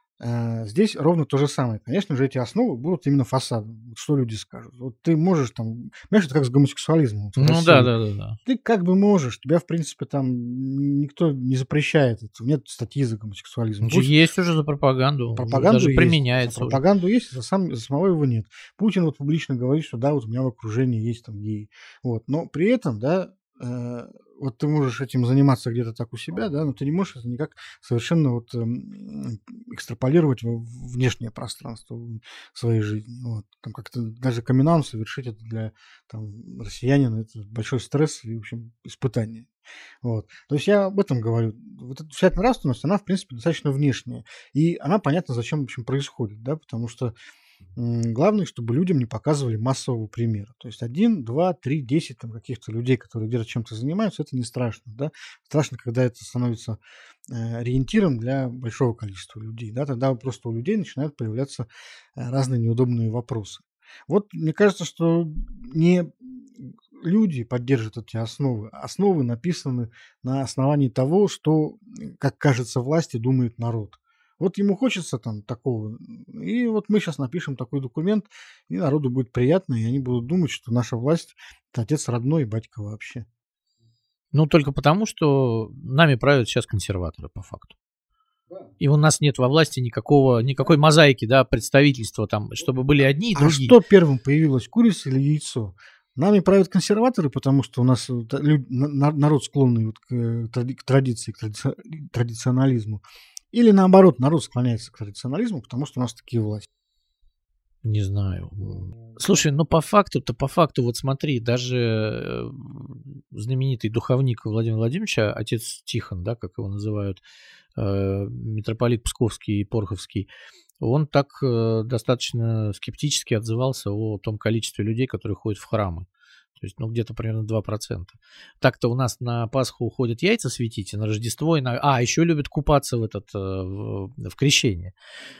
Здесь ровно то же самое. Конечно же, эти основы будут именно фасадом. Вот что люди скажут. Вот ты можешь там... Понимаешь, это как с гомосексуализмом. Вот,
ну да.
Ты как бы можешь. Тебя, в принципе, там никто не запрещает. Нет статьи за гомосексуализм.
Есть уже за пропаганду.
Пропаганду
даже
есть.
применяется.
За пропаганду есть, за самого его нет. Путин вот публично говорит, что да, вот у меня в окружении есть там геи. Вот. Но при этом, да, вот ты можешь этим заниматься где-то так у себя, да, но ты не можешь это никак совершенно вот экстраполировать в внешнее пространство своей жизни. Вот. Там как-то даже камин-аут совершить это для там, россиянина это большой стресс и, в общем, испытание. Вот. То есть я об этом говорю. Вот эта вся эта нравственность, она, в принципе, достаточно внешняя. И она понятно, зачем, в общем, происходит, да, потому что главное, чтобы людям не показывали массового примера. То есть 1, 2, 3, 10 там, каких-то людей, которые где-то чем-то занимаются, это не страшно. Да? Страшно, когда это становится ориентиром для большого количества людей. Да? Тогда просто у людей начинают появляться разные неудобные вопросы. Вот мне кажется, что не люди поддержат эти основы. Основы написаны на основании того, что, как кажется, власти думает народ. Вот ему хочется там такого. И вот мы сейчас напишем такой документ, и народу будет приятно, и они будут думать, что наша власть – это отец родной и батька вообще.
Ну, только потому, что нами правят сейчас консерваторы, по факту. И у нас нет во власти никакой мозаики, да, представительства там, чтобы были одни и другие.
А что первым появилось, курица или яйцо? Нами правят консерваторы, потому что у нас народ склонный вот к традиции, к традиционализму. Или наоборот, народ склоняется к традиционализму, потому что у нас такие власти.
Не знаю. Слушай, ну по факту, вот смотри, даже знаменитый духовник Владимира Владимировича, отец Тихон, да, как его называют, митрополит Псковский и Порховский, он так достаточно скептически отзывался о том количестве людей, которые ходят в храмы. То есть, ну, где-то примерно 2%. Так-то у нас на Пасху уходят яйца светить, и на Рождество, еще любят купаться в крещении.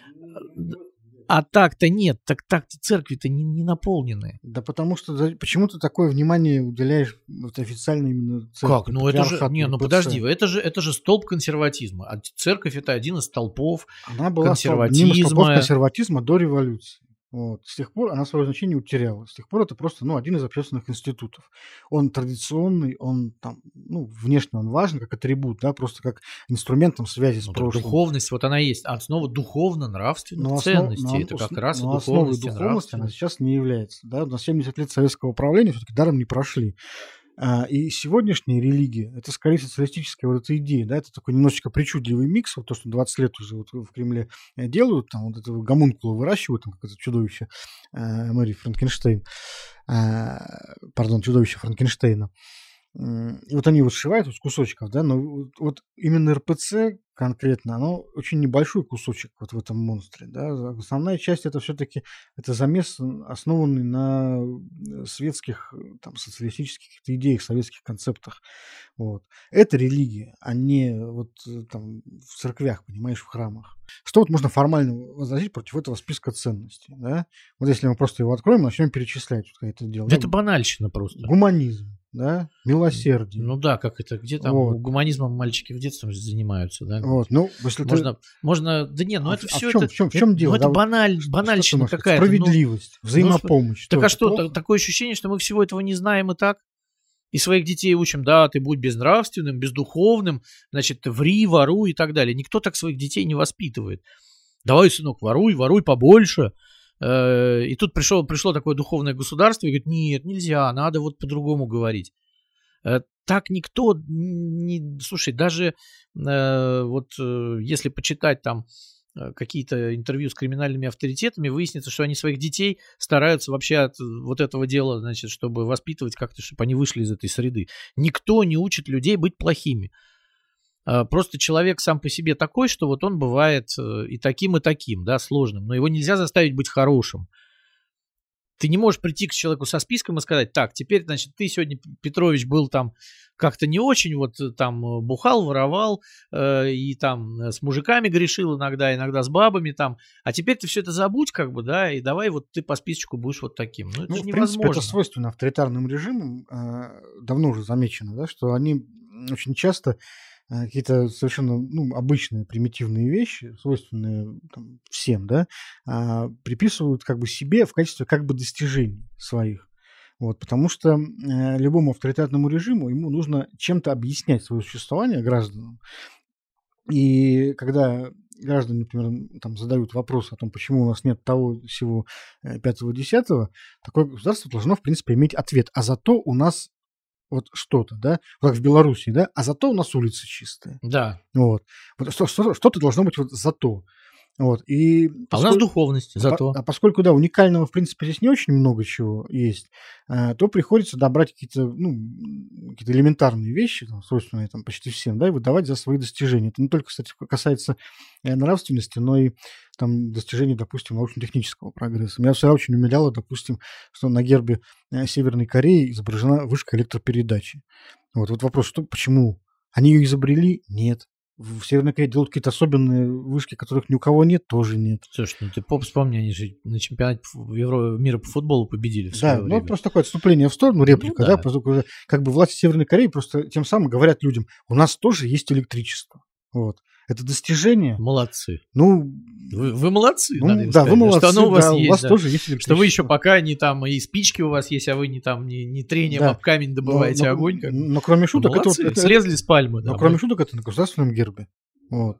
А так-то нет, так-то церкви-то не наполнены.
Да потому что почему ты такое внимание уделяешь вот официально именно церкви?
Как? Ну это же, подожди, это же столб консерватизма. А церковь это один из столпов консерватизма.
Она была одним из столпов консерватизма до революции. Вот. С тех пор она свое значение утеряла. С тех пор это просто один из общественных институтов. Он традиционный, он там, внешне он важен как атрибут, да, просто как инструментом связи с прошлым.
Духовность, вот она есть. Основа духовно-нравственных ценностей. Это как раз
основой духовности она сейчас не является. Да? У нас 70 лет советского правления все-таки даром не прошли. И сегодняшняя религия, это скорее социалистическая вот эта идея, да, это такой немножечко причудливый микс, вот то, что 20 лет уже вот в Кремле делают, там вот этого гомункула выращивают, там какое-то чудовище Мэри Франкенштейн, чудовище Франкенштейна. И вот они вот сшивают из кусочков, да, но вот именно РПЦ конкретно, оно очень небольшой кусочек вот в этом монстре, да. Основная часть это все-таки это замес, основанный на светских, там, социалистических каких-то идеях, советских концептах. Вот. Это религия, а не вот там в церквях, понимаешь, в храмах. Что вот можно формально возразить против этого списка ценностей, да? Вот если мы просто его откроем, начнем перечислять, вот, это дело.
Это банальщина просто.
Гуманизм. Да, милосердие.
Ну да, как это, где там
Вот.
гуманизмом мальчики в детстве занимаются, да?
Вот, ну, если
можно, да нет, ну это все
в чем дело?
Ну это банальщина какая-то.
Справедливость, взаимопомощь.
Так а что, такое ощущение, что мы всего этого не знаем и так? И своих детей учим, да, ты будь безнравственным, бездуховным, значит, ври, воруй и так далее. Никто так своих детей не воспитывает. Давай, сынок, воруй побольше. И тут пришло такое духовное государство и говорит, нет, нельзя, надо вот по-другому говорить. Так никто не... Слушай, даже вот если почитать там какие-то интервью с криминальными авторитетами, выяснится, что они своих детей стараются вообще от вот этого дела, значит, чтобы воспитывать как-то, чтобы они вышли из этой среды. Никто не учит людей быть плохими. Просто человек сам по себе такой, что вот он бывает и таким, да, сложным. Но его нельзя заставить быть хорошим. Ты не можешь прийти к человеку со списком и сказать, так, теперь, значит, ты сегодня, Петрович, был там как-то не очень, вот там бухал, воровал, и там с мужиками грешил иногда с бабами там, а теперь ты все это забудь, как бы, да, и давай вот ты по списочку будешь вот таким. Ну, это же
в
невозможно.
принципе, это свойственно авторитарным режимам, давно уже замечено, да, что они очень часто какие-то совершенно обычные примитивные вещи, свойственные там, всем, да, приписывают как бы себе в качестве как бы достижений своих. Вот, потому что любому авторитарному режиму ему нужно чем-то объяснять свое существование гражданам. И когда граждане, например, там, задают вопрос о том, почему у нас нет того, всего 5-10, такое государство должно, в принципе, иметь ответ. А зато у нас вот что-то, да, как в Беларуси, да, а зато у нас улицы чистые.
Да.
Вот. Что-то должно быть вот зато. Вот. И
у нас духовность зато.
Поскольку, да, уникального, в принципе, здесь не очень много чего есть, то приходится добрать какие-то элементарные вещи, там, свойственные там, почти всем, да, и выдавать за свои достижения. Это не только, кстати, касается нравственности, но и там, достижений, допустим, научно-технического прогресса. Меня всегда очень умиляло, допустим, что на гербе Северной Кореи изображена вышка электропередачи. Вот вопрос, почему? Они ее изобрели? Нет. В Северной Корее делают какие-то особенные вышки, которых ни у кого нет, тоже нет.
Слушай, ты вспомни, они же на чемпионате мира по футболу победили в
свое время. Просто такое отступление в сторону, реплика, да, поскольку как бы власти Северной Кореи просто тем самым говорят людям, у нас тоже есть электричество. Вот. Это достижение.
Молодцы.
Вы
молодцы,
надо им сказать. Вы молодцы, что оно у вас есть. У вас тоже есть электричество.
Что вы еще пока не там, и спички у вас есть, а вы не трением об камень добываете огонь.
Но кроме шуток...
Это слезли с пальмы.
Но кроме шуток, это на государственном гербе. Вот.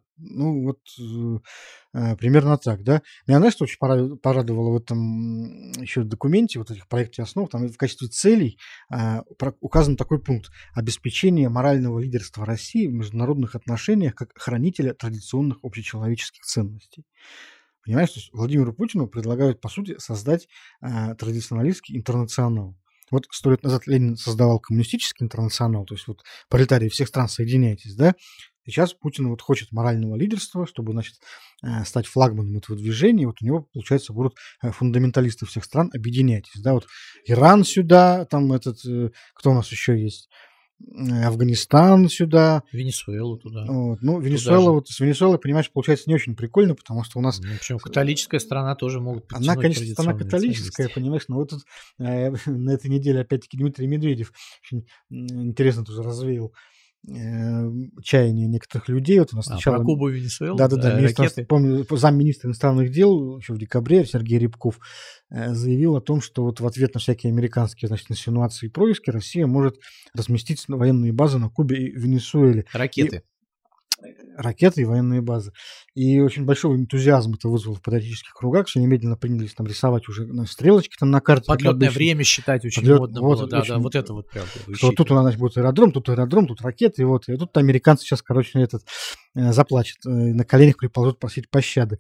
Примерно так, да. Меня, знаешь, что очень порадовало в этом еще документе, вот этих проекте основ, там в качестве целей указан такой пункт: обеспечение морального лидерства России в международных отношениях как хранителя традиционных общечеловеческих ценностей. Понимаешь, то есть Владимиру Путину предлагают, по сути, создать традиционалистский интернационал. Вот 100 лет назад Ленин создавал коммунистический интернационал, то есть вот пролетарии всех стран, соединяйтесь, да. Сейчас Путин вот хочет морального лидерства, чтобы, значит, стать флагманом этого движения. Вот у него, получается, будут фундаменталисты всех стран, объединяйтесь, да, вот Иран сюда, там кто у нас еще есть? Афганистан сюда.
Венесуэлу туда.
Вот. Венесуэла, с Венесуэлой, понимаешь, получается не очень прикольно, потому что у нас...
Причем католическая страна тоже могут подтянуть.
Она, конечно, страна католическая, понимаешь, но вот тут на этой неделе, опять-таки, Дмитрий Медведев очень интересно тоже развеял чаяния некоторых людей. Вот у нас сначала...
Про Кубу и Венесуэлу?
Да, помню, замминистра иностранных дел еще в декабре Сергей Рябков заявил о том, что вот в ответ на всякие американские, значит, инсинуации и происки Россия может разместить военные базы на Кубе и Венесуэле. Ракеты и военные базы. И очень большой энтузиазм это вызвало в патриотических кругах. Все немедленно принялись там рисовать уже стрелочки там на карте.
Подлетное время считать очень модно было. Да, вот это вот прям.
Что тут у нас будет аэродром, тут ракеты. И тут американцы сейчас, заплачут, на коленях приползут просить пощады.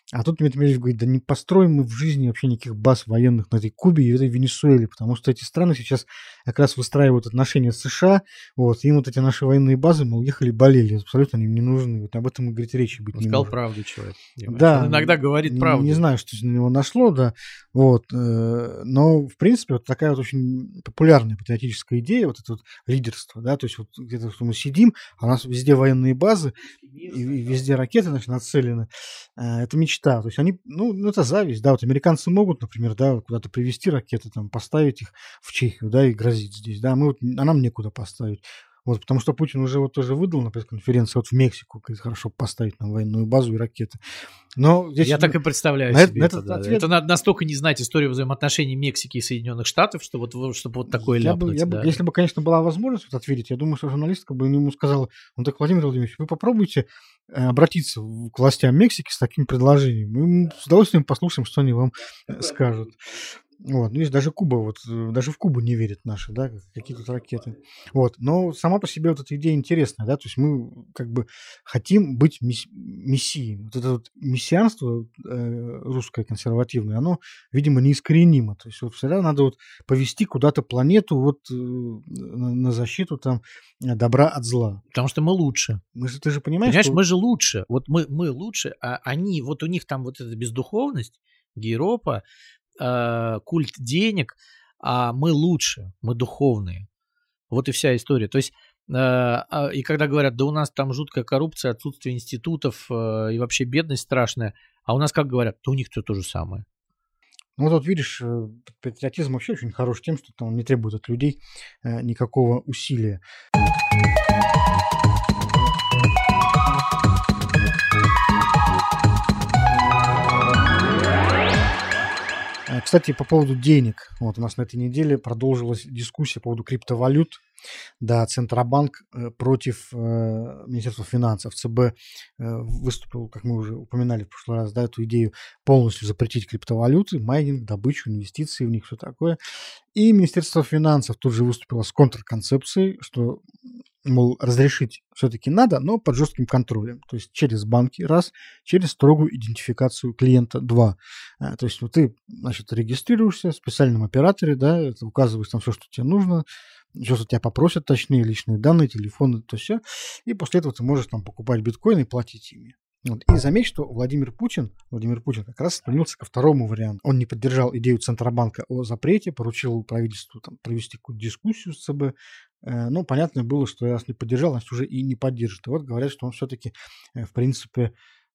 А тут Медведев говорит, да не построим мы в жизни вообще никаких баз военных на этой Кубе и в этой Венесуэле, потому что эти страны сейчас как раз выстраивают отношения с США, вот, им вот эти наши военные базы, мол, ехали, болели, абсолютно они им не нужны, вот об этом, говорит, речи быть
Он
не
сказал
может.
правду человек.
Да,
Он иногда говорит правду.
не знаю, что на него нашло, да, вот, но, в принципе, вот такая вот очень популярная патриотическая идея, вот это вот лидерство, да, то есть вот где-то мы сидим, а у нас везде военные базы, и везде ракеты, значит, нацелены, это мечта, то есть они, ну, это зависть, да, вот американцы могут, например, да, куда-то привезти ракеты, там, поставить их в Чехию, да, и грозить здесь, да, а нам некуда поставить. Вот, потому что Путин уже вот тоже выдал на пресс-конференции вот в Мексику, говорит, хорошо поставить нам военную базу и ракеты. Но здесь,
я так и представляю
на
себе это. Да.
ответ...
Это надо настолько не знать историю взаимоотношений Мексики и Соединенных Штатов, что чтобы вот такое ляпнуть. Да.
Если бы, конечно, была возможность вот ответить, я думаю, что журналистка бы ему сказала, он так, Владимир Владимирович, вы попробуйте обратиться к властям Мексики с таким предложением. Мы с удовольствием послушаем, что они вам скажут. Вот, ну, есть даже Куба, вот, даже в Кубу не верят наши, да, какие тут ракеты. Вот, но сама по себе вот эта идея интересная, да, то есть мы как бы хотим быть мессией. Вот это вот мессианство русское консервативное, оно, видимо, неискоренимо. То есть вот всегда надо вот повести куда-то планету вот на защиту там добра от зла.
Потому что мы лучше.
Ты же понимаешь,
что... мы же лучше. Вот мы лучше, а они, вот у них там вот эта бездуховность, гейропа, культ денег, а мы лучше, мы духовные. Вот и вся история. То есть, и когда говорят, да у нас там жуткая коррупция, отсутствие институтов и вообще бедность страшная, а у нас как говорят, да у них все то же самое.
Ну вот видишь, патриотизм вообще очень хорош тем, что он не требует от людей никакого усилия. Кстати, по поводу денег. Вот у нас на этой неделе продолжилась дискуссия по поводу криптовалют. Да, Центробанк против Министерства финансов. ЦБ выступил, как мы уже упоминали в прошлый раз, да, эту идею полностью запретить криптовалюты, майнинг, добычу, инвестиции в них, все такое. И Министерство финансов тут же выступило с контрконцепцией, что, мол, разрешить все-таки надо, но под жестким контролем. То есть через банки, раз, через строгую идентификацию клиента, два. То есть вот ты, значит, регистрируешься в специальном операторе, да, указываешь там все, что тебе нужно, все, что тебя попросят, точнее, личные данные, телефоны, то все. И после этого ты можешь там покупать биткоины и платить ими. Вот. И заметь, что Владимир Путин как раз склонился ко второму варианту. Он не поддержал идею Центробанка о запрете, поручил правительству там, провести какую-то дискуссию с ЦБ. Но понятно было, что раз не поддержал, значит, уже и не поддержит. И вот говорят, что он все-таки, в принципе,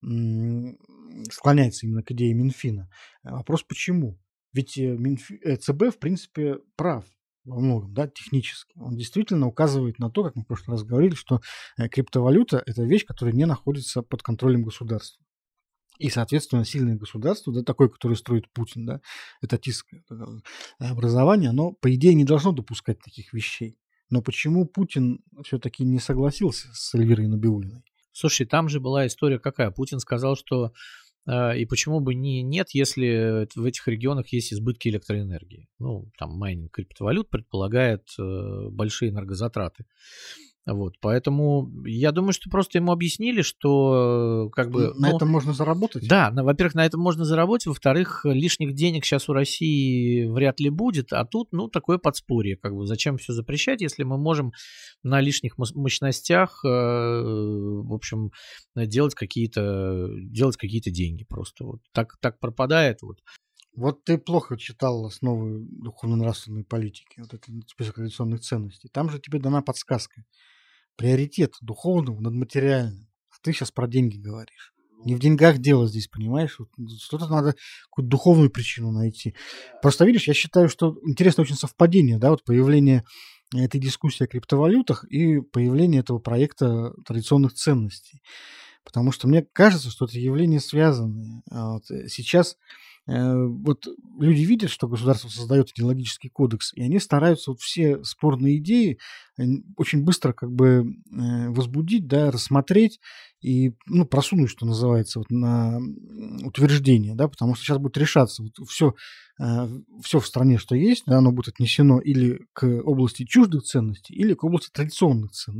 склоняется именно к идее Минфина. Вопрос почему? Ведь ЦБ, в принципе, прав во многом, да, технически. Он действительно указывает на то, как мы в прошлый раз говорили, что криптовалюта – это вещь, которая не находится под контролем государства. И, соответственно, сильное государство, да, такое, которое строит Путин, да, этатистское образование, оно, по идее, не должно допускать таких вещей. Но почему Путин все-таки не согласился с Эльвирой Набиуллиной?
Слушай, там же была история какая? Путин сказал, что и почему бы нет, если в этих регионах есть избытки электроэнергии. Ну, там майнинг криптовалют предполагает большие энергозатраты. Вот, поэтому я думаю, что просто ему объяснили, что как бы...
На этом можно заработать?
Да, во-первых, на этом можно заработать, во-вторых, лишних денег сейчас у России вряд ли будет, а тут, ну, такое подспорье, как бы, зачем все запрещать, если мы можем на лишних мощностях, в общем, делать какие-то деньги просто. Вот так пропадает, вот.
Вот ты плохо читал основы духовно-нравственной политики, вот это список традиционных ценностей. Там же тебе дана подсказка. Приоритет духовного над материальным. А ты сейчас про деньги говоришь. Не в деньгах дело здесь, понимаешь? Вот что-то надо, какую-то духовную причину найти. Просто видишь, я считаю, что интересно очень совпадение, да, вот появление этой дискуссии о криптовалютах и появление этого проекта традиционных ценностей. Потому что мне кажется, что это явления связанные. Вот сейчас вот люди видят, что государство создает идеологический кодекс, и они стараются вот все спорные идеи очень быстро как бы возбудить, да, рассмотреть и, ну, просунуть, что называется, вот на утверждение, да, потому что сейчас будет решаться вот все в стране, что есть, да, оно будет отнесено или к области чуждых ценностей, или к области традиционных ценностей.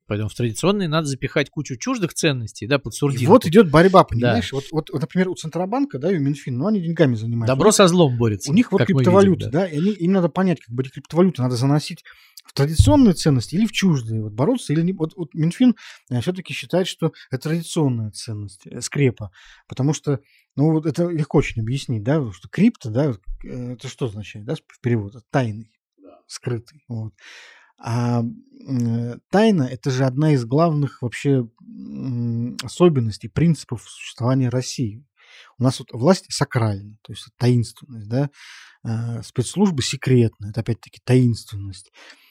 Поэтому в традиционные надо запихать кучу чуждых ценностей, да, под сурдинку.
И вот идет борьба, понимаешь?
Да.
Вот, например, у Центробанка, да, и у Минфина, ну, они деньгами занимаются.
Добро со злом борется.
У них вот
как мы
криптовалюты,
видим,
да, и им надо понять, как бы эти криптовалюты надо заносить в традиционные ценности или в чуждые, вот бороться или не. Вот Минфин все-таки считает, что это традиционная ценность, скрепа, потому что, ну, вот это легко очень объяснить, да, что крипто, да, это что означает, да, в переводе? Тайный, скрытый, вот. А тайна – это же одна из главных вообще особенностей, принципов существования России. У нас вот власть сакральна, то есть таинственность, да, спецслужбы секретные, это опять-таки таинственность,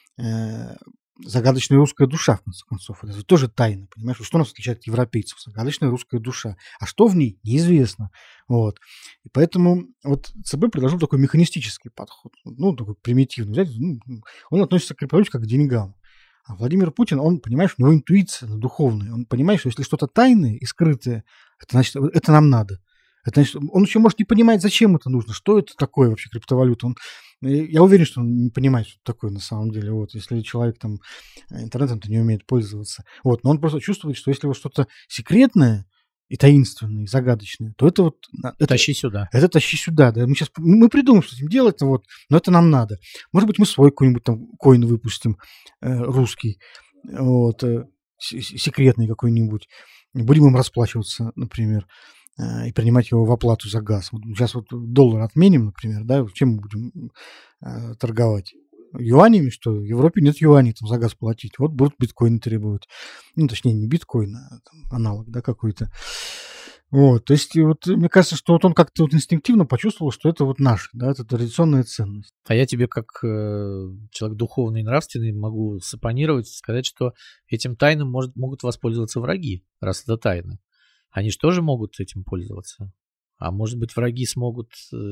загадочная русская душа, в конце концов, это тоже тайна, понимаешь? Что нас отличает от европейцев? Загадочная русская душа. А что в ней? Неизвестно. Вот. И поэтому вот ЦБ предложил такой механистический подход, ну, такой примитивный. Взять, он относится к криптовалюте как к деньгам. А Владимир Путин, он, понимаешь, у него интуиция духовная. Он понимает, что если что-то тайное и скрытое, это значит, это нам надо. Это значит, он еще может не понимать, зачем это нужно, что это такое вообще криптовалюта. Я уверен, что он не понимает, что это такое на самом деле. Вот, если человек там интернетом-то не умеет пользоваться. Вот, но он просто чувствует, что если вот что-то секретное и таинственное, и загадочное, то это вот...
Тащи сюда.
Это тащи сюда, да. Мы придумаем, что с этим делать, вот, но это нам надо. Может быть, мы свой какой-нибудь там коин выпустим, русский, вот, секретный какой-нибудь. Будем им расплачиваться, например, и принимать его в оплату за газ. Вот сейчас вот доллар отменим, например, да, чем мы будем торговать? Юанями, что в Европе нет юаней там за газ платить. Вот будут биткоины требовать. Ну, точнее, не биткоин, а там, аналог, да, какой-то. Вот, то есть, вот, мне кажется, что вот он как-то вот инстинктивно почувствовал, что это вот наше, да, это традиционная ценность.
А я тебе, как человек духовный и нравственный, могу сапонировать, сказать, что этим тайнам могут воспользоваться враги, раз это тайна. Они же тоже могут этим пользоваться. А может быть, враги смогут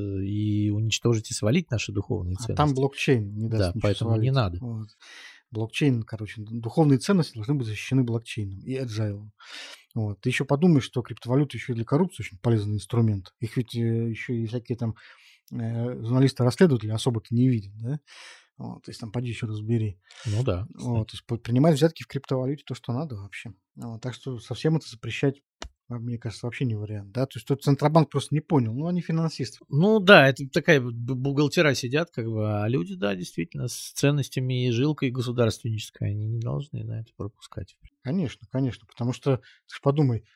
и уничтожить, и свалить наши духовные ценности.
А там блокчейн не даст
да,
ничего
поэтому
свалить.
не надо.
Вот. Блокчейн, короче, духовные ценности должны быть защищены блокчейном и agile. Вот. Ты еще подумаешь, что криптовалюта еще и для коррупции очень полезный инструмент. Их ведь еще и всякие там журналисты-расследователи особо-то не видят, да? Вот, то есть там поди еще разбери.
Ну да.
Вот, то есть принимать взятки в криптовалюте то, что надо вообще. Вот, так что совсем это запрещать, мне кажется, вообще не вариант. Да? То есть тут Центробанк просто не понял. Ну, они финансисты.
Ну да, это такая бухгалтера сидят, как бы, а люди, да, действительно, с ценностями и жилкой государственнической, они не должны на это пропускать.
Конечно, конечно. Потому что, ты ж подумай,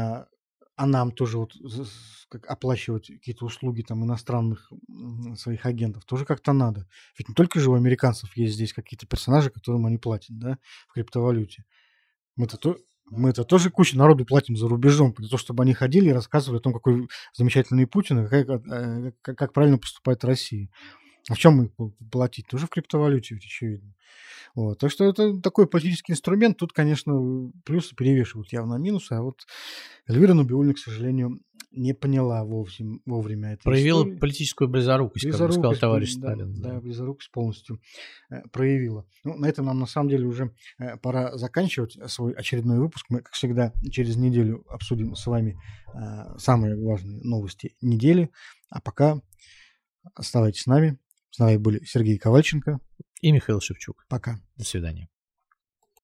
а нам тоже вот как оплачивать какие-то услуги там иностранных своих агентов тоже как-то надо. Ведь не только же у американцев есть здесь какие-то персонажи, которым они платят, да, в криптовалюте. Мы-то тоже кучу народу платим за рубежом, для того, чтобы они ходили и рассказывали о том, какой замечательный Путин и как правильно поступает Россия. А в чем мы платить? Тоже в криптовалюте, ведь очевидно. Вот. Так что это такой политический инструмент. Тут, конечно, плюсы перевешивают явно минусы. А вот Эльвира Набиуллина, к сожалению, не поняла вовремя это.
Проявила политическую близорукость, как бы сказал товарищ Сталин.
Да, близорукость полностью проявила. Ну, на этом нам, на самом деле, уже пора заканчивать свой очередной выпуск. Мы, как всегда, через неделю обсудим с вами самые важные новости недели. А пока оставайтесь с нами. С нами были Сергей Ковальченко
И Михаил Шевчук.
Пока.
До свидания.